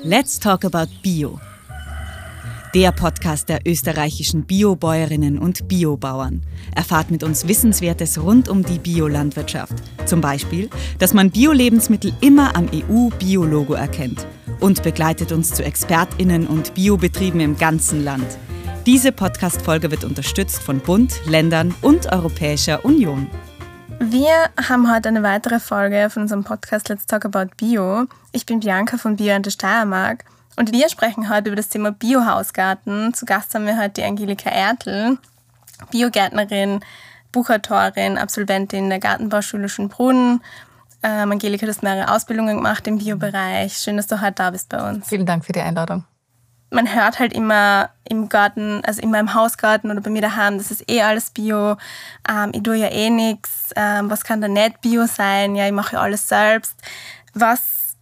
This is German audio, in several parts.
Let's Talk About Bio. Der Podcast der österreichischen Biobäuerinnen und Biobauern. Erfahrt mit uns Wissenswertes rund um die Biolandwirtschaft. Zum Beispiel, dass man Bio-Lebensmittel immer am EU-Bio-Logo erkennt. Und begleitet uns zu ExpertInnen und Biobetrieben im ganzen Land. Diese Podcast-Folge wird unterstützt von Bund, Ländern und Europäischer Union. Wir haben heute eine weitere Folge von unserem Podcast Let's Talk About Bio. Ich bin Bianca von Bio in der Steiermark und wir sprechen heute über das Thema Biohausgarten. Zu Gast haben wir heute die Angelika Ertl, Biogärtnerin, Buchautorin, Absolventin der Gartenbauschule Schönbrunn. Angelika, du hast mehrere Ausbildungen gemacht im Biobereich. Schön, dass du heute da bist bei uns. Vielen Dank für die Einladung. Man hört halt immer im Garten, also immer im Hausgarten oder bei mir daheim, das ist alles Bio, ich tue ja nichts, was kann da nicht Bio sein, ja, ich mache ja alles selbst. Was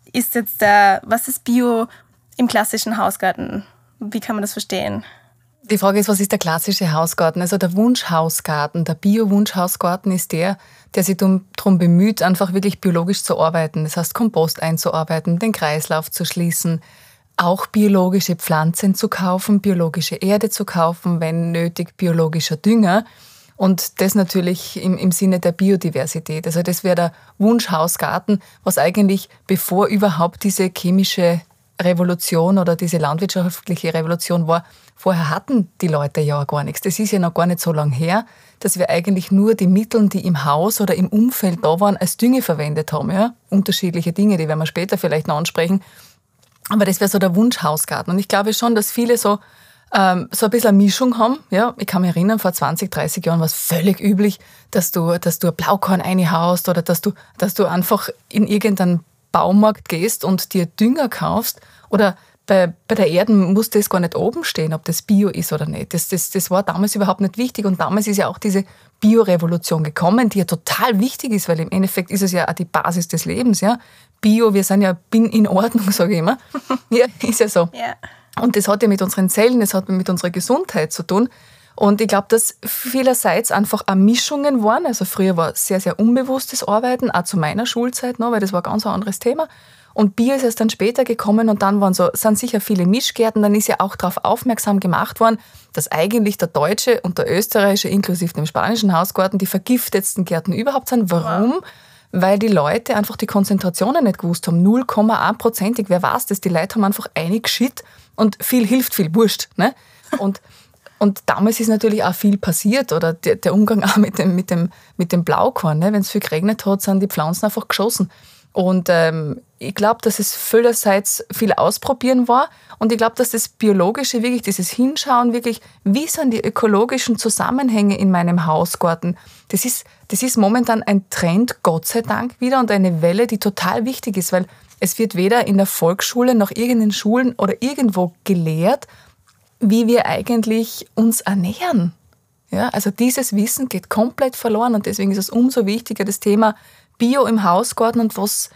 ist Bio im klassischen Hausgarten? Wie kann man das verstehen? Die Frage ist, was ist der klassische Hausgarten? Also der Wunschhausgarten, der Bio-Wunschhausgarten ist der sich darum bemüht, einfach wirklich biologisch zu arbeiten. Das heißt, Kompost einzuarbeiten, den Kreislauf zu schließen, auch biologische Pflanzen zu kaufen, biologische Erde zu kaufen, wenn nötig biologischer Dünger. Und das natürlich im Sinne der Biodiversität. Also das wäre der Wunschhausgarten, was eigentlich, bevor überhaupt diese chemische Revolution oder diese landwirtschaftliche Revolution war, vorher hatten die Leute ja gar nichts. Das ist ja noch gar nicht so lange her, dass wir eigentlich nur die Mittel, die im Haus oder im Umfeld da waren, als Dünge verwendet haben. Ja? Unterschiedliche Dinge, die werden wir später vielleicht noch ansprechen. Aber das wäre so der Wunschhausgarten. Und ich glaube schon, dass viele so ein bisschen eine Mischung haben. Ja, ich kann mich erinnern, vor 20, 30 Jahren war es völlig üblich, dass du ein Blaukorn reinhaust oder dass du einfach in irgendeinen Baumarkt gehst und dir Dünger kaufst. Oder bei der Erde muss das gar nicht oben stehen, ob das Bio ist oder nicht. Das war damals überhaupt nicht wichtig. Und damals ist ja auch diese Biorevolution gekommen, die ja total wichtig ist, weil im Endeffekt ist es ja auch die Basis des Lebens. Ja? Bio, wir sind ja in Ordnung, sage ich immer. Ja, ist ja so. Ja. Und das hat ja mit unseren Zellen, das hat mit unserer Gesundheit zu tun. Und ich glaube, dass vielerseits einfach auch Mischungen waren. Also früher war sehr, sehr unbewusstes Arbeiten, auch zu meiner Schulzeit noch, weil das war ein ganz anderes Thema. Und Bio ist erst dann später gekommen und dann sind sicher viele Mischgärten. Dann ist ja auch darauf aufmerksam gemacht worden, dass eigentlich der deutsche und der österreichische, inklusive dem spanischen Hausgarten, die vergiftetsten Gärten überhaupt sind. Warum? Wow. Weil die Leute einfach die Konzentrationen nicht gewusst haben. 0,1%. Wer weiß das? Die Leute haben einfach eingeschüttet und viel hilft, viel wurscht. Ne? Und damals ist natürlich auch viel passiert. Oder der Umgang auch mit dem Blaukorn. Ne? Wenn es viel geregnet hat, sind die Pflanzen einfach geschossen. Und ich glaube, dass es vielerseits viel Ausprobieren war. Und ich glaube, dass das Biologische, wirklich dieses Hinschauen, wirklich, wie sind die ökologischen Zusammenhänge in meinem Hausgarten, das ist momentan ein Trend, Gott sei Dank wieder, und eine Welle, die total wichtig ist, weil es wird weder in der Volksschule noch irgendeinen Schulen oder irgendwo gelehrt, wie wir eigentlich uns ernähren. Ja, also dieses Wissen geht komplett verloren und deswegen ist es umso wichtiger, das Thema Bio im Hausgarten und was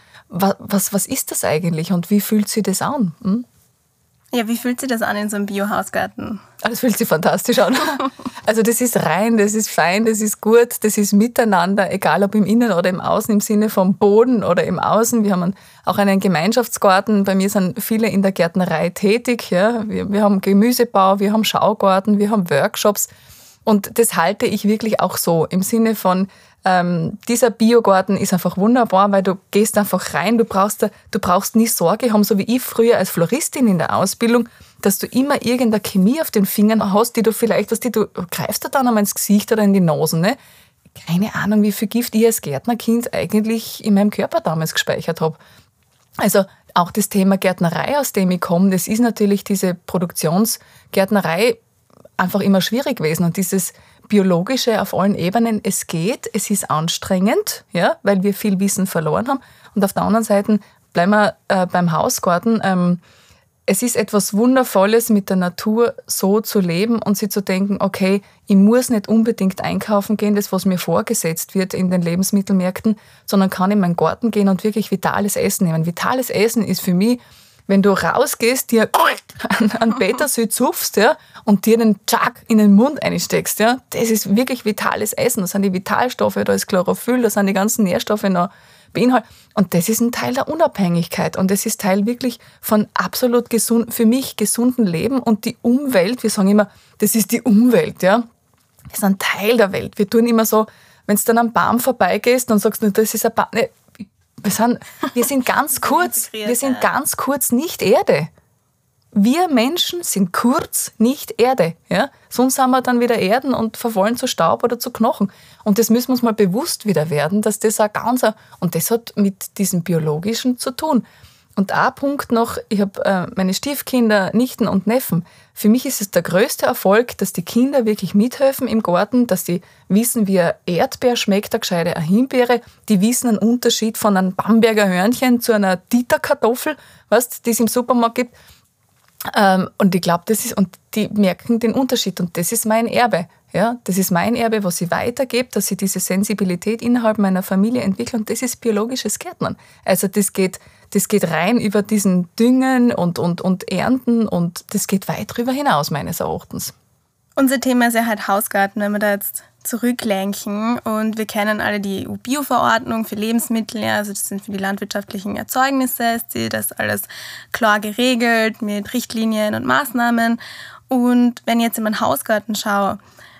ist das eigentlich und wie fühlt sich das an? Hm? Ja, wie fühlt sich das an in so einem Bio-Hausgarten? Das fühlt sich fantastisch an. Also das ist rein, das ist fein, das ist gut, das ist miteinander, egal ob im Innen oder im Außen, im Sinne vom Boden oder im Außen. Wir haben auch einen Gemeinschaftsgarten. Bei mir sind viele in der Gärtnerei tätig. Ja. Wir haben Gemüsebau, wir haben Schaugarten, wir haben Workshops. Und das halte ich wirklich auch so im Sinne von, dieser Biogarten ist einfach wunderbar, weil du gehst einfach rein, du brauchst nie Sorge haben, so wie ich früher als Floristin in der Ausbildung, dass du immer irgendeine Chemie auf den Fingern hast, die du vielleicht, du greifst dir dann einmal ins Gesicht oder in die Nase, ne? Keine Ahnung, wie viel Gift ich als Gärtnerkind eigentlich in meinem Körper damals gespeichert habe. Also auch das Thema Gärtnerei, aus dem ich komme, das ist natürlich diese Produktionsgärtnerei einfach immer schwierig gewesen und dieses Biologische auf allen Ebenen, es geht, es ist anstrengend, ja, weil wir viel Wissen verloren haben. Und auf der anderen Seite bleiben wir beim Hausgarten. Es ist etwas Wundervolles, mit der Natur so zu leben und sich zu denken, okay, ich muss nicht unbedingt einkaufen gehen, das, was mir vorgesetzt wird in den Lebensmittelmärkten, sondern kann in meinen Garten gehen und wirklich vitales Essen nehmen. Vitales Essen ist für mich, wenn du rausgehst, dir einen Petersil zupfst, ja, und dir den Tschak in den Mund einsteckst, ja, das ist wirklich vitales Essen. Da sind die Vitalstoffe, da ist Chlorophyll, da sind die ganzen Nährstoffe noch beinhaltet. Und das ist ein Teil der Unabhängigkeit und das ist Teil wirklich von absolut für mich gesunden Leben und die Umwelt. Wir sagen immer, das ist die Umwelt, ja. Wir sind Teil der Welt. Wir tun immer so, wenn du dann am Baum vorbeigehst und sagst, das ist ein Baum. Nee, wir sind ganz kurz nicht Erde. Wir Menschen sind kurz nicht Erde. Ja? Sonst sind wir dann wieder Erden und verfallen zu Staub oder zu Knochen. Und das müssen wir uns mal bewusst wieder werden, dass das und das hat mit diesem Biologischen zu tun. Und ein Punkt noch, ich habe meine Stiefkinder, Nichten und Neffen. Für mich ist es der größte Erfolg, dass die Kinder wirklich mithelfen im Garten, dass die wissen, wie ein Erdbeer schmeckt, eine gescheite Himbeere. Die wissen einen Unterschied von einem Bamberger Hörnchen zu einer Dieterkartoffel, die es im Supermarkt gibt. Und ich glaube, und die merken den Unterschied. Und das ist mein Erbe. Ja? Das ist mein Erbe, was ich weitergebe, dass ich diese Sensibilität innerhalb meiner Familie entwickle. Und das ist biologisches Gärtnern. Also das geht rein über diesen Düngen und Ernten und das geht weit darüber hinaus, meines Erachtens. Unser Thema ist ja halt Hausgarten, wenn wir da jetzt zurücklenken. Und wir kennen alle die EU-Bio-Verordnung für Lebensmittel. Ja, also das sind für die landwirtschaftlichen Erzeugnisse, ist das alles klar geregelt mit Richtlinien und Maßnahmen. Und wenn ich jetzt in meinen Hausgarten schaue,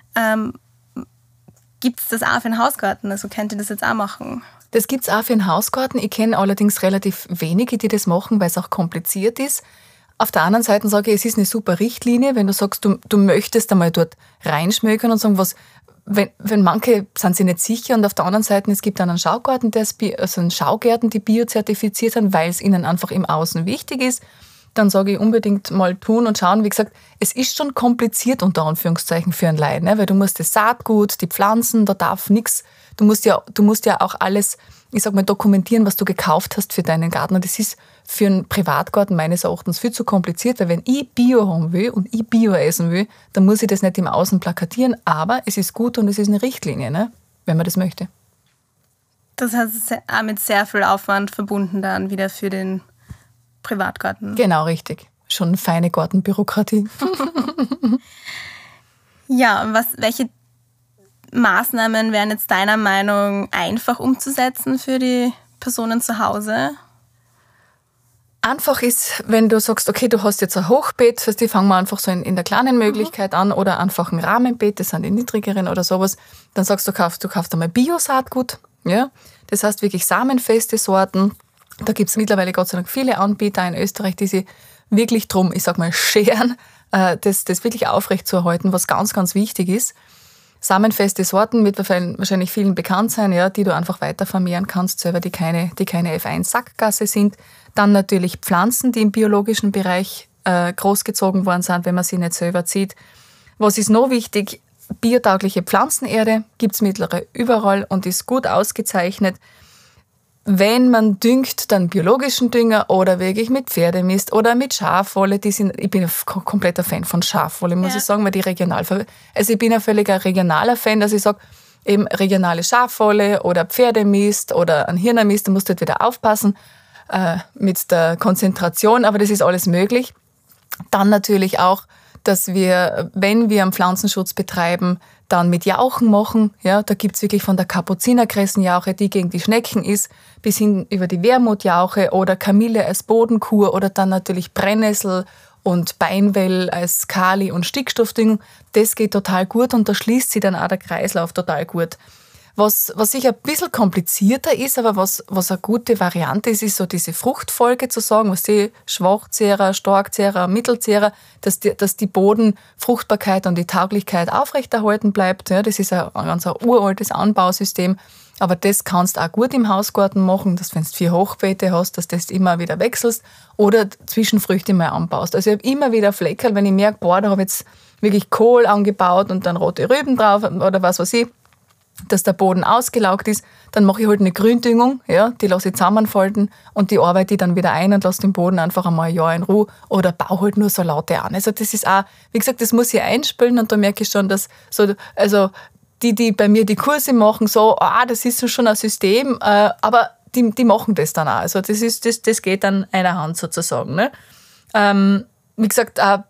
gibt es das auch für einen Hausgarten? Also könnt ihr das jetzt auch machen? Das gibt es auch für einen Hausgarten. Ich kenne allerdings relativ wenige, die das machen, weil es auch kompliziert ist. Auf der anderen Seite sage ich, es ist eine super Richtlinie, wenn du sagst, du möchtest einmal dort reinschmökern und sagen, wenn manche sind sich nicht sicher und auf der anderen Seite, es gibt dann einen Schaugarten, einen Schaugärten, die biozertifiziert sind, weil es ihnen einfach im Außen wichtig ist. Dann sage ich unbedingt mal tun und schauen. Wie gesagt, es ist schon kompliziert unter Anführungszeichen für einen Laien, ne? Weil du musst das Saatgut, die Pflanzen, da darf nichts. Du musst ja auch alles, ich sag mal, dokumentieren, was du gekauft hast für deinen Garten. Und das ist für einen Privatgarten meines Erachtens viel zu kompliziert, weil wenn ich Bio haben will und ich Bio essen will, dann muss ich das nicht im Außen plakatieren, aber es ist gut und es ist eine Richtlinie, ne? Wenn man das möchte. Das heißt, es ist auch mit sehr viel Aufwand verbunden dann wieder für den Privatgarten. Genau, richtig. Schon feine Gartenbürokratie. Ja, und welche Maßnahmen wären jetzt deiner Meinung einfach umzusetzen für die Personen zu Hause? Einfach ist, wenn du sagst, okay, du hast jetzt ein Hochbeet, die fangen wir einfach so in der kleinen Möglichkeit an oder einfach ein Rahmenbeet, das sind die niedrigeren oder sowas, dann sagst du kaufst einmal Bio-Saatgut. Ja? Das heißt wirklich samenfeste Sorten. Da gibt es mittlerweile Gott sei Dank viele Anbieter in Österreich, die sich wirklich drum, ich sag mal, scheren, das wirklich aufrechtzuerhalten, was ganz, ganz wichtig ist. Samenfeste Sorten wird wahrscheinlich vielen bekannt sein, ja, die du einfach weiter vermehren kannst, selber die keine F1-Sackgasse sind. Dann natürlich Pflanzen, die im biologischen Bereich großgezogen worden sind, wenn man sie nicht selber zieht. Was ist noch wichtig? Biotaugliche Pflanzenerde gibt es mittlerweile überall und ist gut ausgezeichnet. Wenn man düngt, dann biologischen Dünger oder wirklich mit Pferdemist oder mit Schafwolle. Ich bin ein kompletter Fan von Schafwolle, muss ich sagen, weil die regional. Also ich bin ein völliger regionaler Fan, dass ich sage, eben regionale Schafwolle oder Pferdemist oder ein Hirnermist, da musst du halt wieder aufpassen mit der Konzentration, aber das ist alles möglich. Dann natürlich auch, dass wir, wenn wir einen Pflanzenschutz betreiben, dann mit Jauchen machen. Ja, da gibt es wirklich von der Kapuzinerkressenjauche, die gegen die Schnecken ist, bis hin über die Wermutjauche oder Kamille als Bodenkur oder dann natürlich Brennnessel und Beinwell als Kali- und Stickstoffdüngung. Das geht total gut und da schließt sich dann auch der Kreislauf total gut. Was sicher ein bisschen komplizierter ist, aber was eine gute Variante ist, ist so diese Fruchtfolge zu sagen, was die Schwachzehrer, Starkzehrer, Mittelzehrer, dass die Bodenfruchtbarkeit und die Tauglichkeit aufrechterhalten bleibt. Ja, das ist ein ganz uraltes Anbausystem. Aber das kannst du auch gut im Hausgarten machen, dass wenn du 4 Hochbeete hast, dass du das immer wieder wechselst oder Zwischenfrüchte mal anbaust. Also ich habe immer wieder Fleckerl, wenn ich merke, da habe ich jetzt wirklich Kohl angebaut und dann rote Rüben drauf oder was weiß ich, dass der Boden ausgelaugt ist, dann mache ich halt eine Gründüngung, ja, die lasse ich zusammenfalten und die arbeite ich dann wieder ein und lasse den Boden einfach einmal ein Jahr in Ruhe oder baue halt nur Salate an. Also das ist auch, wie gesagt, das muss ich einspülen und da merke ich schon, dass so, also die bei mir die Kurse machen, so, das ist schon ein System, aber die machen das dann auch. Also das geht an einer Hand sozusagen. Ne? Wie gesagt,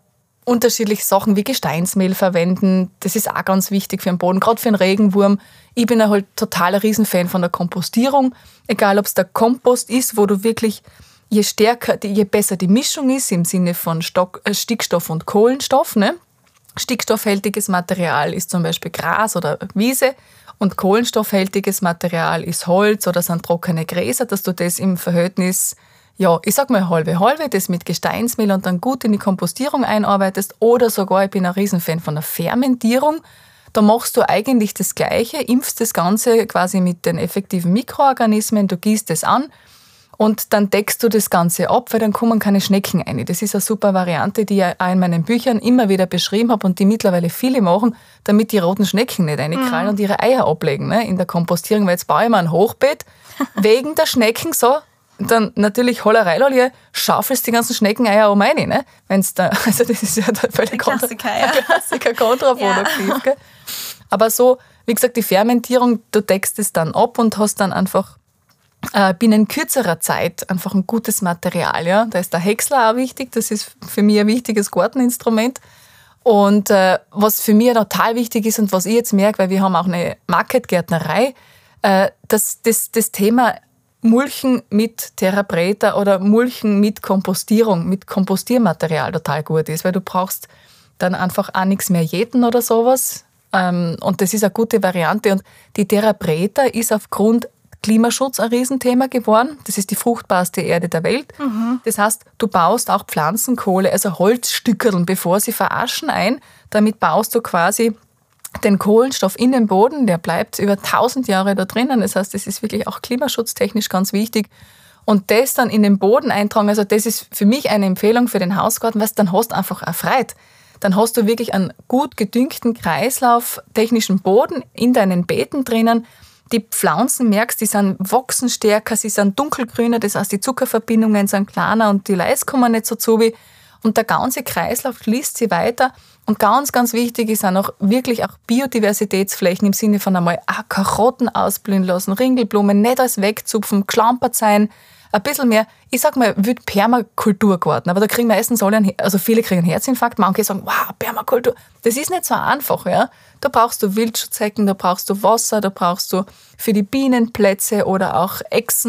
unterschiedliche Sachen wie Gesteinsmehl verwenden. Das ist auch ganz wichtig für den Boden, gerade für den Regenwurm. Ich bin halt totaler Riesenfan von der Kompostierung. Egal, ob es der Kompost ist, wo du wirklich, je stärker, je besser die Mischung ist, im Sinne von Stickstoff und Kohlenstoff. Ne? Stickstoffhaltiges Material ist zum Beispiel Gras oder Wiese und kohlenstoffhaltiges Material ist Holz oder sind trockene Gräser, dass du das im Verhältnis, ja, ich sag mal halbe, das mit Gesteinsmehl und dann gut in die Kompostierung einarbeitest oder sogar, ich bin ein Riesenfan von der Fermentierung. Da machst du eigentlich das Gleiche, impfst das Ganze quasi mit den effektiven Mikroorganismen, du gießt es an und dann deckst du das Ganze ab, weil dann kommen keine Schnecken rein. Das ist eine super Variante, die ich auch in meinen Büchern immer wieder beschrieben habe und die mittlerweile viele machen, damit die roten Schnecken nicht reinkrallen und ihre Eier ablegen, ne, in der Kompostierung. Weil jetzt baue ich mir ein Hochbeet, wegen der Schnecken so, dann natürlich Hollerei, schaufelst die ganzen Schneckeneier um rein, ne? Wenn's da, also das ist ja der völlig Klassiker kontraproduktiv. Ja. Gell? Aber so, wie gesagt, die Fermentierung, du deckst es dann ab und hast dann einfach binnen kürzerer Zeit einfach ein gutes Material. Ja? Da ist der Häcksler auch wichtig, das ist für mich ein wichtiges Garteninstrument. Und was für mich total wichtig ist und was ich jetzt merke, weil wir haben auch eine Market-Gärtnerei, dass das Thema Mulchen mit Therapreta oder Mulchen mit Kompostierung, mit Kompostiermaterial total gut ist, weil du brauchst dann einfach auch nichts mehr jäten oder sowas. Und das ist eine gute Variante. Und die Therapreta ist aufgrund Klimaschutz ein Riesenthema geworden. Das ist die fruchtbarste Erde der Welt. Mhm. Das heißt, du baust auch Pflanzenkohle, also Holzstückerln, bevor sie veraschen ein. Damit baust du quasi den Kohlenstoff in den Boden, der bleibt über 1000 Jahre da drinnen. Das heißt, das ist wirklich auch klimaschutztechnisch ganz wichtig. Und das dann in den Boden eintragen, also das ist für mich eine Empfehlung für den Hausgarten, weil dann hast du einfach erfreut. Dann hast du wirklich einen gut gedüngten kreislauftechnischen Boden in deinen Beeten drinnen. Die Pflanzen, merkst, die sind wachsen stärker, sie sind dunkelgrüner, das heißt, die Zuckerverbindungen sind kleiner und die Leis kommen nicht so zu wie. Und der ganze Kreislauf fließt sie weiter. Und ganz, ganz wichtig ist auch noch wirklich auch Biodiversitätsflächen im Sinne von einmal Karotten ausblühen lassen, Ringelblumen, nicht alles wegzupfen, geschlampert sein, ein bisschen mehr, ich sag mal, Permakulturgarten. Aber da kriegen meistens alle, also viele kriegen einen Herzinfarkt, manche sagen, wow, Permakultur. Das ist nicht so einfach, ja. Da brauchst du Wildschutzhecken, da brauchst du Wasser, da brauchst du für die Bienen Plätze oder auch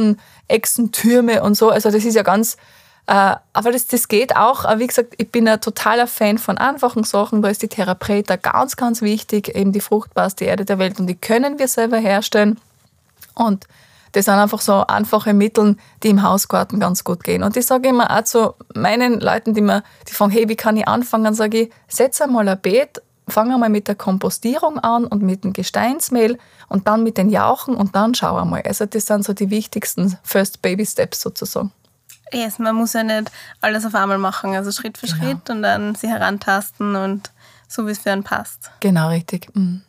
Echsentürme und so. Also das ist ja ganz, aber das geht auch. Aber wie gesagt, ich bin ein totaler Fan von einfachen Sachen. Da ist die Therapreta ganz, ganz wichtig, eben die fruchtbarste Erde der Welt und die können wir selber herstellen. Und das sind einfach so einfache Mittel, die im Hausgarten ganz gut gehen. Und ich sage immer auch zu meinen Leuten, die fragen, hey, wie kann ich anfangen? Sage ich, setz einmal ein Beet, fang einmal mit der Kompostierung an und mit dem Gesteinsmehl und dann mit den Jauchen und dann schau einmal. Also das sind so die wichtigsten First Baby Steps sozusagen. Yes, man muss ja nicht alles auf einmal machen, also Schritt für Schritt und dann sie herantasten und so, wie es für einen passt. Genau, richtig. Mhm.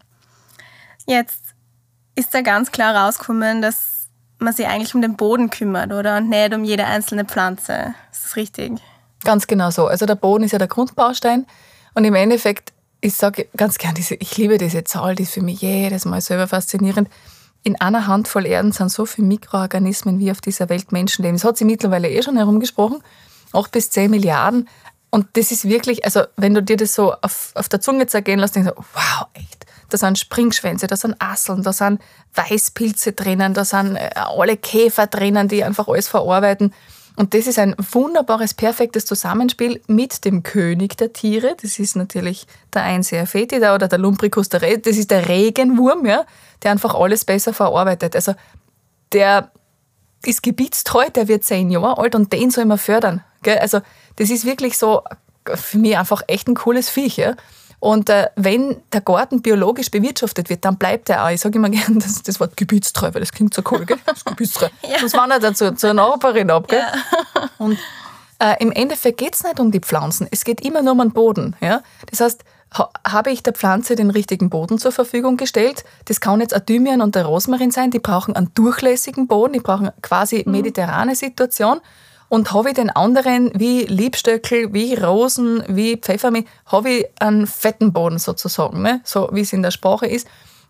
Jetzt ist da ganz klar rausgekommen, dass man sich eigentlich um den Boden kümmert, oder? Und nicht um jede einzelne Pflanze. Ist das richtig? Ganz genau so. Also der Boden ist ja der Grundbaustein und im Endeffekt, ich sage ganz gern, ich liebe diese Zahl, die ist für mich jedes Mal selber faszinierend. In einer Handvoll Erden sind so viele Mikroorganismen, wie auf dieser Welt Menschen leben. Das hat sich mittlerweile schon herumgesprochen. 8 bis 10 Milliarden. Und das ist wirklich, also wenn du dir das so auf der Zunge zergehen lässt, denkst du, wow, echt. Da sind Springschwänze, da sind Asseln, da sind Weißpilze drinnen, da sind alle Käfer drinnen, die einfach alles verarbeiten. Und das ist ein wunderbares, perfektes Zusammenspiel mit dem König der Tiere. Das ist natürlich der Einseher Fetida oder der Lumbricus, das ist der Regenwurm, ja, der einfach alles besser verarbeitet. Also der ist gebietstreu, der wird 10 Jahre alt und den soll man fördern. Gell? Also das ist wirklich so für mich einfach echt ein cooles Viech. Ja? Und wenn der Garten biologisch bewirtschaftet wird, dann bleibt er auch. Ich sage immer gerne das Wort gebietstreu, weil das klingt so cool, gell? Das ist gebietstreu. Ja. Das wandert dazu zur Nachbarin ab. Gell? Ja. Und im Endeffekt geht es nicht um die Pflanzen, es geht immer nur um den Boden. Ja? Das heißt, habe ich der Pflanze den richtigen Boden zur Verfügung gestellt? Das kann jetzt ein Thymian und der Rosmarin sein, die brauchen einen durchlässigen Boden, die brauchen quasi mediterrane Situation. Und habe ich den anderen, wie Liebstöckel, wie Rosen, wie Pfefferminz, habe ich einen fetten Boden sozusagen, ne? So wie es in der Sprache ist.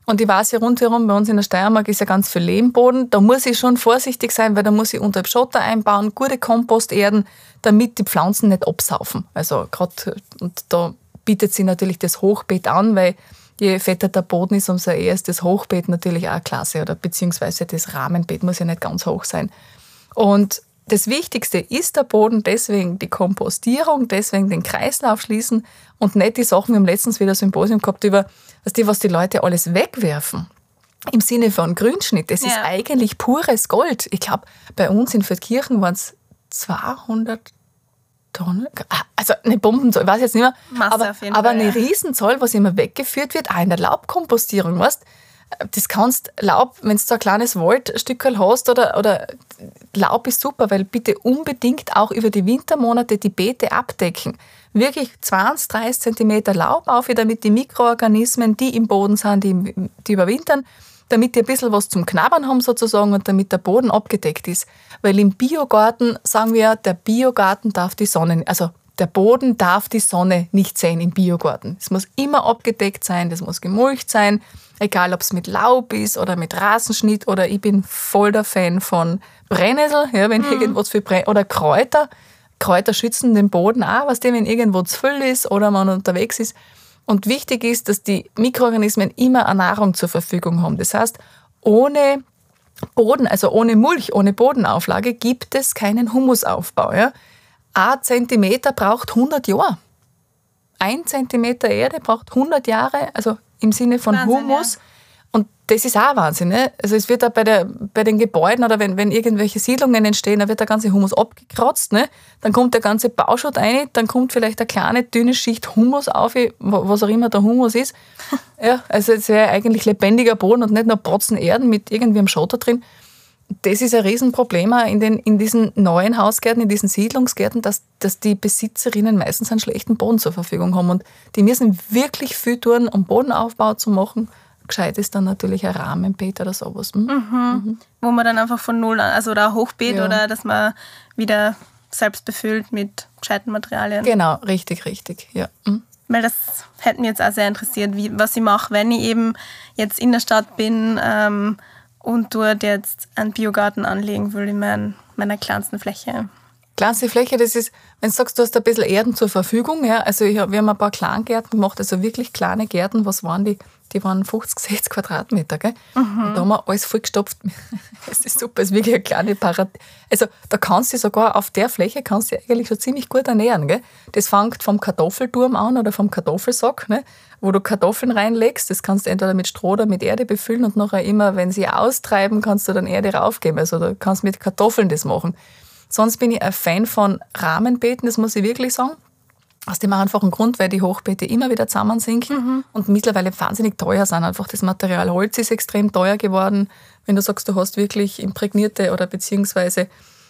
Und ich weiß ja rundherum, bei uns in der Steiermark ist ja ganz viel Lehmboden. Da muss ich schon vorsichtig sein, weil da muss ich unterhalb Schotter einbauen, gute Komposterden, damit die Pflanzen nicht absaufen. Also gerade, und da bietet sich natürlich das Hochbeet an, weil je fetter der Boden ist, umso eher ist das Hochbeet natürlich auch klasse. Oder beziehungsweise das Rahmenbeet muss ja nicht ganz hoch sein. Und das Wichtigste ist der Boden, deswegen die Kompostierung, deswegen den Kreislauf schließen und nicht die Sachen, wir haben letztens wieder ein Symposium gehabt über, was die Leute alles wegwerfen. Im Sinne von Grünschnitt. Das ist eigentlich pures Gold. Ich glaube, bei uns in Feldkirchen waren es 200 Tonnen. Also eine Bombenzahl, ich weiß jetzt nicht mehr. Masse auf jeden aber Fall, eine Riesenzahl, was immer weggeführt wird, auch in der Laubkompostierung, weißt du? Das kannst Laub, wenn du so ein kleines Waldstückerl hast oder Laub ist super, weil bitte unbedingt auch über die Wintermonate die Beete abdecken. Wirklich 20, 30 cm Laub auf, damit die Mikroorganismen, die im Boden sind, die überwintern, damit die ein bisschen was zum Knabbern haben sozusagen und damit der Boden abgedeckt ist. Weil im Biogarten sagen wir, der Biogarten darf die Sonne, also der Boden darf die Sonne nicht sehen im Biogarten. Es muss immer abgedeckt sein, das muss gemulcht sein, egal ob es mit Laub ist oder mit Rasenschnitt oder ich bin voll der Fan von Brennnessel, ja, wenn irgendwas für oder Kräuter. Kräuter schützen den Boden auch, wenn irgendwo zu viel ist oder man unterwegs ist. Und wichtig ist, dass die Mikroorganismen immer eine Nahrung zur Verfügung haben. Das heißt, ohne Boden, also ohne Mulch, ohne Bodenauflage gibt es keinen Humusaufbau. Ja? 1 Zentimeter braucht 100 Jahre. 1 Zentimeter Erde braucht 100 Jahre, also im Sinne von Wahnsinn, Humus. ja. Und das ist auch Wahnsinn. Ne? Also es wird auch bei den Gebäuden oder wenn irgendwelche Siedlungen entstehen, da wird der ganze Humus abgekratzt. Ne? Dann kommt der ganze Bauschutt rein, dann kommt vielleicht eine kleine, dünne Schicht Humus auf, was auch immer der Humus ist. Ja, also es wäre eigentlich lebendiger Boden und nicht nur Protzen Erden mit irgendwie einem Schotter drin. Das ist ein Riesenproblem auch in diesen neuen Hausgärten, in diesen Siedlungsgärten, dass die Besitzerinnen meistens einen schlechten Boden zur Verfügung haben. Und die müssen wirklich viel tun, um Bodenaufbau zu machen. Gescheit ist dann natürlich ein Rahmenbeet oder sowas. Wo man dann einfach von Null an, also oder ein Hochbeet oder dass man wieder selbst befüllt mit gescheiten Materialien. Genau, richtig, ja. Weil das hätte mich jetzt auch sehr interessiert, was ich mache, wenn ich eben jetzt in der Stadt bin und dort jetzt einen Biogarten anlegen will in meiner kleinsten Fläche. Kleinste Fläche, das ist, wenn du sagst, du hast ein bisschen Erden zur Verfügung, ja, also wir haben ein paar Kleingärten gemacht, also wirklich kleine Gärten, was waren die? Die waren 50, 60 Quadratmeter, gell? Und da haben wir alles vollgestopft. Es ist super, es ist wirklich eine kleine Also da kannst du sogar, auf der Fläche kannst du eigentlich schon ziemlich gut ernähren, gell? Das fängt vom Kartoffelturm an oder vom Kartoffelsack, ne? Wo du Kartoffeln reinlegst, das kannst du entweder mit Stroh oder mit Erde befüllen und nachher immer, wenn sie austreiben, kannst du dann Erde raufgeben. Also du kannst mit Kartoffeln das machen. Sonst bin ich ein Fan von Rahmenbeeten, das muss ich wirklich sagen. Aus dem einfachen Grund, weil die Hochbeete immer wieder zusammensinken und mittlerweile wahnsinnig teuer sind. Einfach das Material Holz ist extrem teuer geworden. Wenn du sagst, du hast wirklich imprägnierte oder beziehungsweise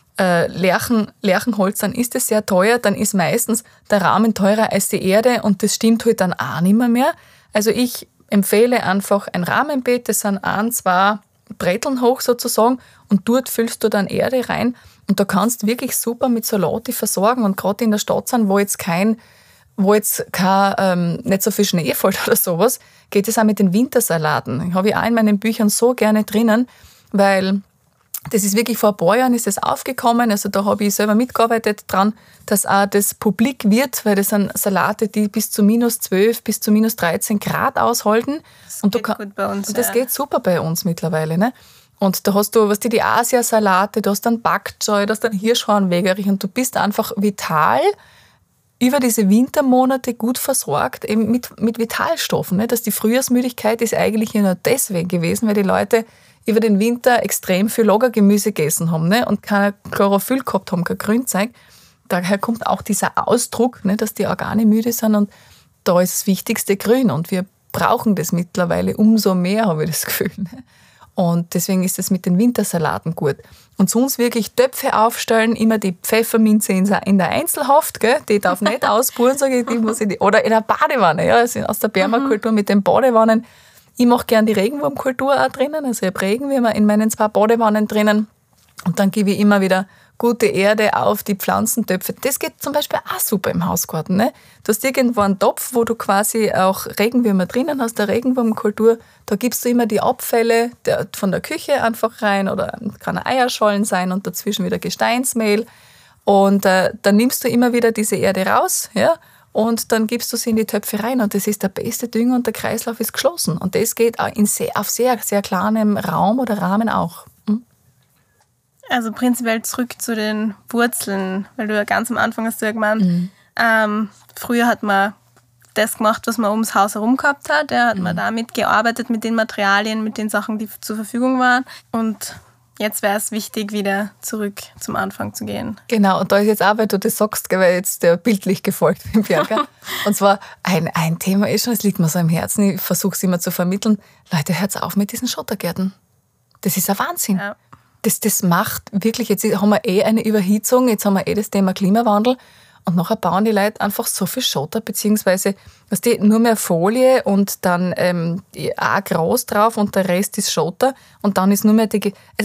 Lärchenholz, dann ist es sehr teuer. Dann ist meistens der Rahmen teurer als die Erde und das stimmt halt dann auch nicht mehr. Also ich empfehle einfach ein Rahmenbeet, das sind 1, 2 Bretteln hoch sozusagen und dort füllst du dann Erde rein und da kannst du wirklich super mit Salate versorgen und gerade in der Stadt sind, wo jetzt kein nicht so viel Schnee fällt oder sowas, geht es auch mit den Wintersalaten. Habe ich auch in meinen Büchern so gerne drinnen, weil das ist wirklich vor ein paar Jahren ist das aufgekommen, also da habe ich selber mitgearbeitet dran, dass auch das publik wird, weil das sind Salate, die bis zu -12, bis zu -13 Grad aushalten. Das geht gut bei uns. Und das geht super bei uns mittlerweile. Ne? Und da hast du, die Asiasalate, du hast dann Bok Choy, du hast dann Hirschhornwegerich und du bist einfach vital über diese Wintermonate gut versorgt, eben mit Vitalstoffen. Ne? Dass die Frühjahrsmüdigkeit ist eigentlich nur deswegen gewesen, weil die Leute über den Winter extrem viel Lagergemüse gegessen haben, ne? Und kein Chlorophyll gehabt haben, kein Grünzeug. Daher kommt auch dieser Ausdruck, ne, dass die Organe müde sind und da ist das Wichtigste Grün und wir brauchen das mittlerweile umso mehr, habe ich das Gefühl. Ne? Und deswegen ist es mit den Wintersalaten gut. Und sonst wirklich Töpfe aufstellen, immer die Pfefferminze in der Einzelhaft, gell? Die darf nicht auspuren, sage ich, die muss ich oder in der Badewanne, ja, also aus der Permakultur mit den Badewannen. Ich mache gerne die Regenwurmkultur auch drinnen, also ich habe Regenwürmer in meinen 2 Badewannen drinnen und dann gebe ich immer wieder gute Erde auf die Pflanzentöpfe. Das geht zum Beispiel auch super im Hausgarten. Ne? Du hast irgendwo einen Topf, wo du quasi auch Regenwürmer drinnen hast, eine Regenwurmkultur. Da gibst du immer die Abfälle von der Küche einfach rein oder kann Eierschollen sein und dazwischen wieder Gesteinsmehl. Und dann nimmst du immer wieder diese Erde raus, ja, und dann gibst du sie in die Töpfe rein und das ist der beste Dünger und der Kreislauf ist geschlossen. Und das geht auf sehr, sehr kleinem Raum oder Rahmen auch. Also prinzipiell zurück zu den Wurzeln, weil du ja ganz am Anfang hast du ja gemeint, früher hat man das gemacht, was man ums Haus herum gehabt hat. Ja, hat man damit gearbeitet, mit den Materialien, mit den Sachen, die zur Verfügung waren. Und jetzt wäre es wichtig, wieder zurück zum Anfang zu gehen. Genau, und da ist jetzt auch, weil du das sagst, weil jetzt der bildlich gefolgt bin, Bianca. Und zwar ein Thema ist schon, es liegt mir so am Herzen, ich versuche es immer zu vermitteln. Leute, hört auf mit diesen Schottergärten. Das ist ein Wahnsinn. Ja. Das macht wirklich, jetzt haben wir eine Überhitzung, jetzt haben wir das Thema Klimawandel und nachher bauen die Leute einfach so viel Schotter, beziehungsweise nur mehr Folie und dann auch Gras drauf und der Rest ist Schotter und dann ist nur mehr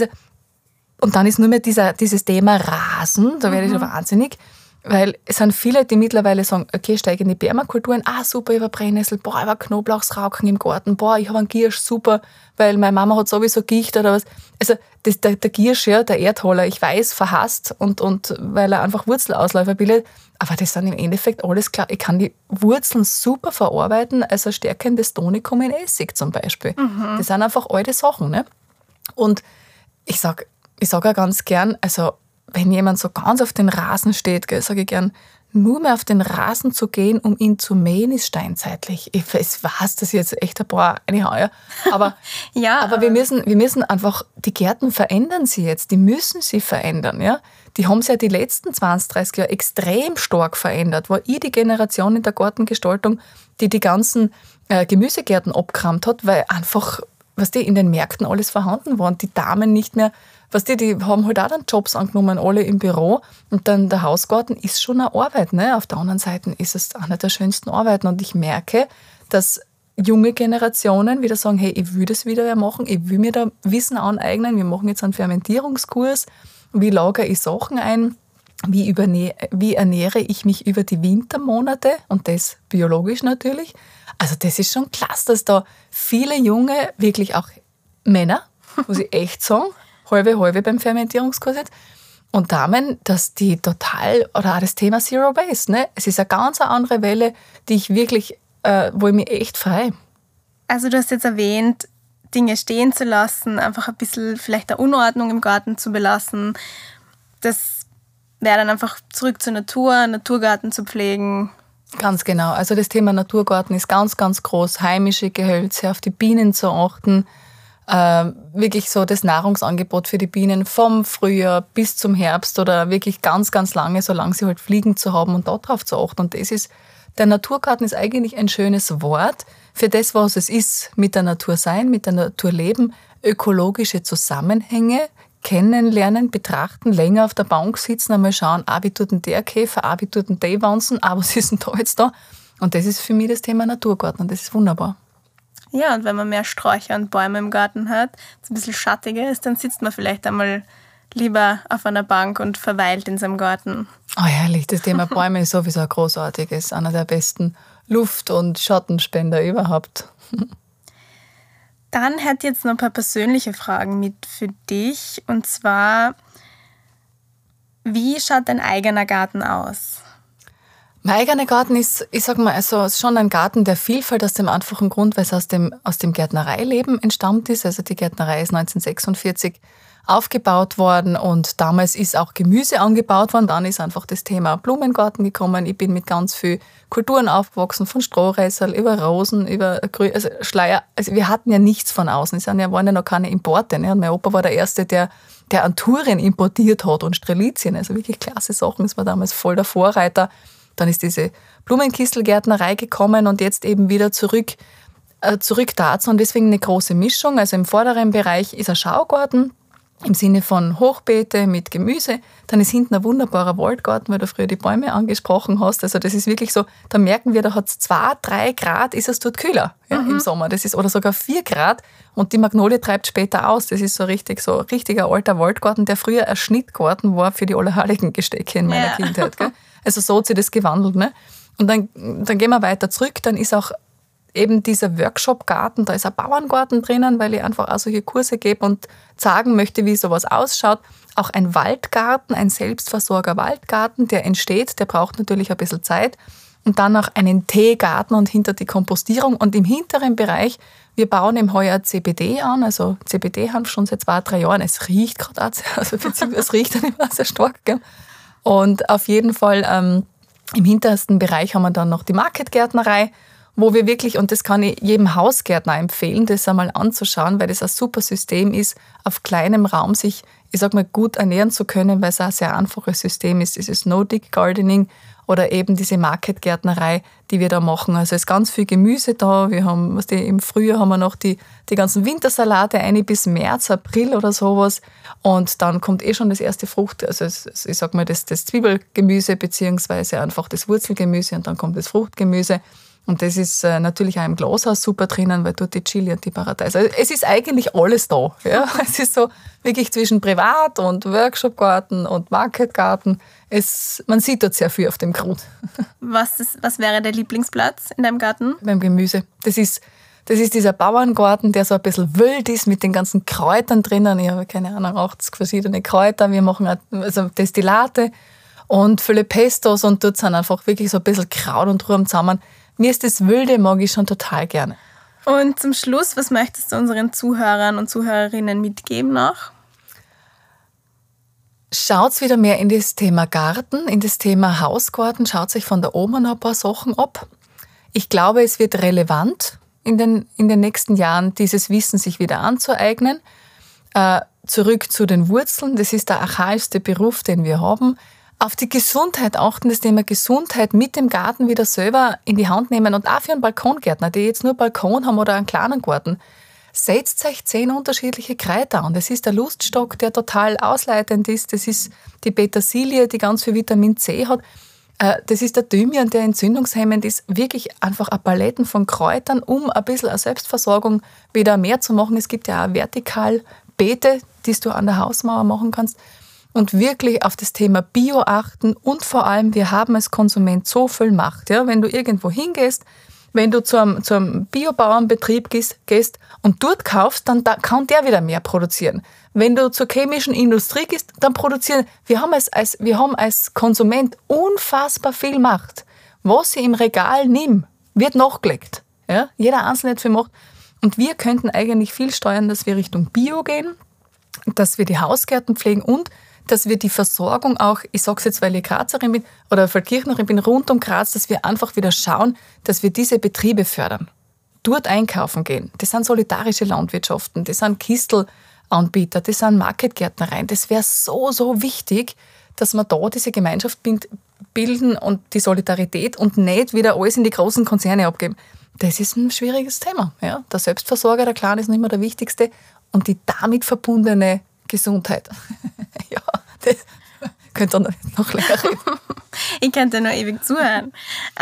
dieses Thema Rasen, da werde ich schon wahnsinnig, weil es sind viele, die mittlerweile sagen, okay, steige in die Permakulturen, super, ich habe Brennnessel, ich habe Knoblauchsrauken im Garten, ich habe einen Giersch, super, weil meine Mama hat sowieso Gicht oder was. Also der Giersch, ja, der Erdholler, ich weiß, verhasst und weil er einfach Wurzelausläufer bildet, aber das sind im Endeffekt alles klar. Ich kann die Wurzeln super verarbeiten als ein stärkendes Tonikum in Essig zum Beispiel. Das sind einfach alte Sachen. Ne? Und ich sag auch ganz gern, also wenn jemand so ganz auf den Rasen steht, sage ich gern, nur mehr auf den Rasen zu gehen, um ihn zu mähen, ist steinzeitlich. Ich weiß, dass ich jetzt echt ein paar reinhaue, ja. Aber, aber wir müssen einfach, die Gärten verändern sie jetzt, die müssen sie verändern. Ja. Die haben sich ja die letzten 20, 30 Jahre extrem stark verändert. War ich die Generation in der Gartengestaltung, die ganzen Gemüsegärten abgerammt hat, weil einfach, in den Märkten alles vorhanden war und die Damen nicht mehr, die haben halt auch dann Jobs angenommen, alle im Büro. Und dann der Hausgarten ist schon eine Arbeit. Ne? Auf der anderen Seite ist es eine der schönsten Arbeiten. Und ich merke, dass junge Generationen wieder sagen, hey, ich will das wieder machen, ich will mir da Wissen aneignen, wir machen jetzt einen Fermentierungskurs, wie lagere ich Sachen ein, wie ernähre ich mich über die Wintermonate und das biologisch natürlich. Also das ist schon klasse, dass da viele junge, wirklich auch Männer, muss ich echt sagen, halbe beim Fermentierungskurs jetzt. Und Damen, dass die total, oder auch das Thema Zero Waste, ne? Es ist eine ganz andere Welle, die ich wirklich, wo ich mich echt freue. Also du hast jetzt erwähnt, Dinge stehen zu lassen, einfach ein bisschen vielleicht eine Unordnung im Garten zu belassen. Das wäre dann einfach zurück zur Natur, Naturgarten zu pflegen. Ganz genau. Also das Thema Naturgarten ist ganz, ganz groß. Heimische Gehölze, auf die Bienen zu achten. Wirklich so das Nahrungsangebot für die Bienen vom Frühjahr bis zum Herbst oder wirklich ganz, ganz lange, solange sie halt fliegen zu haben und darauf zu achten. Und der Naturgarten ist eigentlich ein schönes Wort für das, was es ist, mit der Natur sein, mit der Natur leben, ökologische Zusammenhänge kennenlernen, betrachten, länger auf der Bank sitzen, einmal schauen, wie tut denn der Käfer, wie tut denn der Wanzen, was ist denn da jetzt da? Und das ist für mich das Thema Naturgarten und das ist wunderbar. Ja, und wenn man mehr Sträucher und Bäume im Garten hat, es ein bisschen schattiger ist, dann sitzt man vielleicht einmal lieber auf einer Bank und verweilt in seinem Garten. Oh, herrlich, das Thema Bäume ist sowieso ein großartiges, einer der besten Luft- und Schattenspender überhaupt. Dann hätte ich jetzt noch ein paar persönliche Fragen mit für dich. Und zwar, wie schaut dein eigener Garten aus? Mein eigener Garten ist, ich sag mal, also schon ein Garten der Vielfalt aus dem einfachen Grund, weil es aus dem Gärtnereileben entstammt ist. Also die Gärtnerei ist 1946 aufgebaut worden und damals ist auch Gemüse angebaut worden. Dann ist einfach das Thema Blumengarten gekommen. Ich bin mit ganz viel Kulturen aufgewachsen, von Strohrässerl über Rosen, über Schleier. Also wir hatten ja nichts von außen. Es waren ja noch keine Importe. Ne? Und mein Opa war der Erste, der Anturien importiert hat und Strelizien. Also wirklich klasse Sachen. Das war damals voll der Vorreiter. Dann ist diese Blumenkistelgärtnerei gekommen und jetzt eben wieder zurück dazu. Und deswegen eine große Mischung. Also im vorderen Bereich ist ein Schaugarten. im Sinne von Hochbeete mit Gemüse. Dann ist hinten ein wunderbarer Waldgarten, weil du früher die Bäume angesprochen hast. Also das ist wirklich so, da merken wir, da hat es 2-3 Grad, ist es dort kühler im Sommer. Das ist, oder sogar 4 Grad und die Magnolie treibt später aus. Das ist so richtiger alter Waldgarten, der früher ein Schnittgarten war für die Allerheiligen-Gestecke in meiner Kindheit. Gell? Also so hat sich das gewandelt. Ne? Und dann gehen wir weiter zurück, dann ist auch eben dieser Workshop-Garten, da ist ein Bauerngarten drinnen, weil ich einfach auch solche Kurse gebe und zeigen möchte, wie sowas ausschaut. Auch ein Waldgarten, ein Selbstversorger-Waldgarten, der entsteht, der braucht natürlich ein bisschen Zeit. Und dann noch einen Teegarten und hinter die Kompostierung. Und im hinteren Bereich, wir bauen im Heuer CBD an, also CBD-Hanf schon seit 2-3 Jahren. Es riecht gerade auch, also beziehungsweise es riecht dann immer sehr stark. Gell? Und auf jeden Fall im hintersten Bereich haben wir dann noch die Marketgärtnerei, wo wir wirklich, und das kann ich jedem Hausgärtner empfehlen, das einmal anzuschauen, weil das ein super System ist, auf kleinem Raum sich, ich sag mal, gut ernähren zu können, weil es auch ein sehr einfaches System ist. Dieses No-Dig-Gardening oder eben diese Marketgärtnerei, die wir da machen. Also es ist ganz viel Gemüse da. Wir haben, im Frühjahr haben wir noch die ganzen Wintersalate, eine bis März, April oder sowas. Und dann kommt schon das erste Frucht, also ich sag mal das Zwiebelgemüse beziehungsweise einfach das Wurzelgemüse und dann kommt das Fruchtgemüse. Und das ist natürlich auch im Glashaus super drinnen, weil dort die Chili und die Paradeise. Also es ist eigentlich alles da. Ja? Es ist so wirklich zwischen Privat- und Workshopgarten und Marketgarten. Man sieht dort sehr viel auf dem Grund. Was wäre der Lieblingsplatz in deinem Garten? Beim Gemüse. Das ist dieser Bauerngarten, der so ein bisschen wild ist mit den ganzen Kräutern drinnen. Ich habe keine Ahnung, 80 verschiedene Kräuter. Wir machen also Destillate und viele Pestos und dort sind einfach wirklich so ein bisschen Kraut und Ruhm zusammen. Mir ist das Wilde, mag ich schon total gerne. Und zum Schluss, was möchtest du unseren Zuhörern und Zuhörerinnen mitgeben noch? Schaut wieder mehr in das Thema Garten, in das Thema Hausgarten. Schaut sich von der Oma noch ein paar Sachen ab. Ich glaube, es wird relevant in den nächsten Jahren, dieses Wissen sich wieder anzueignen. Zurück zu den Wurzeln. Das ist der archaischste Beruf, den wir haben. Auf die Gesundheit achten, das Thema Gesundheit mit dem Garten wieder selber in die Hand nehmen und auch für einen Balkongärtner, die jetzt nur Balkon haben oder einen kleinen Garten. Setzt euch 10 unterschiedliche Kräuter an. Das ist der Luststock, der total ausleitend ist. Das ist die Petersilie, die ganz viel Vitamin C hat. Das ist der Thymian, der entzündungshemmend ist. Wirklich einfach eine Palette von Kräutern, um ein bisschen eine Selbstversorgung wieder mehr zu machen. Es gibt ja auch Vertikalbeete, die du an der Hausmauer machen kannst. Und wirklich auf das Thema Bio achten und vor allem, wir haben als Konsument so viel Macht. Ja? Wenn du irgendwo hingehst, wenn du zum Biobauernbetrieb gehst und dort kaufst, dann kann der wieder mehr produzieren. Wenn du zur chemischen Industrie gehst, dann produzieren. Wir haben als Konsument unfassbar viel Macht. Was ich im Regal nehme, wird nachgelegt. Ja? Jeder Einzelne hat viel Macht. Und wir könnten eigentlich viel steuern, dass wir Richtung Bio gehen, dass wir die Hausgärten pflegen und dass wir die Versorgung auch, ich sage es jetzt, weil ich Grazerin bin oder Feldkirchnerin bin, rund um Graz, dass wir einfach wieder schauen, dass wir diese Betriebe fördern. Dort einkaufen gehen. Das sind solidarische Landwirtschaften, das sind Kistelanbieter, das sind Marketgärtnereien. Das wäre so, so wichtig, dass wir da diese Gemeinschaft bilden und die Solidarität und nicht wieder alles in die großen Konzerne abgeben. Das ist ein schwieriges Thema. Ja? Der Selbstversorger, der Clan, ist nicht mehr der wichtigste und die damit verbundene Gesundheit. Ja, das könnte ihr noch länger reden. Ich könnte nur ewig zuhören.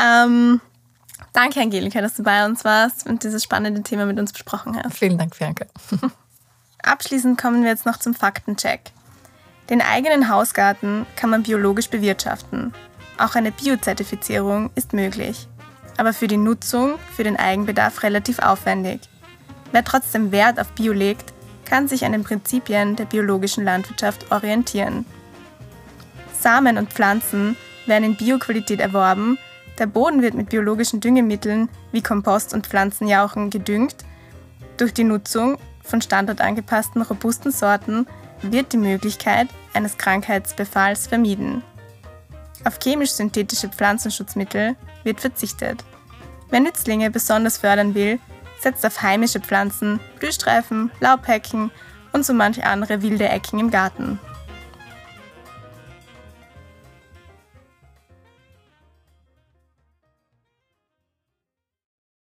Danke, Angelika, dass du bei uns warst und dieses spannende Thema mit uns besprochen hast. Vielen Dank, Bianca. Abschließend kommen wir jetzt noch zum Faktencheck. Den eigenen Hausgarten kann man biologisch bewirtschaften. Auch eine Biozertifizierung ist möglich. Aber für die Nutzung, für den Eigenbedarf relativ aufwendig. Wer trotzdem Wert auf Bio legt, kann sich an den Prinzipien der biologischen Landwirtschaft orientieren. Samen und Pflanzen werden in Bioqualität erworben, der Boden wird mit biologischen Düngemitteln wie Kompost und Pflanzenjauchen gedüngt. Durch die Nutzung von standortangepassten, robusten Sorten wird die Möglichkeit eines Krankheitsbefalls vermieden. Auf chemisch-synthetische Pflanzenschutzmittel wird verzichtet. Wer Nützlinge besonders fördern will, setzt auf heimische Pflanzen, Blühstreifen, Laubhecken und so manche andere wilde Ecken im Garten.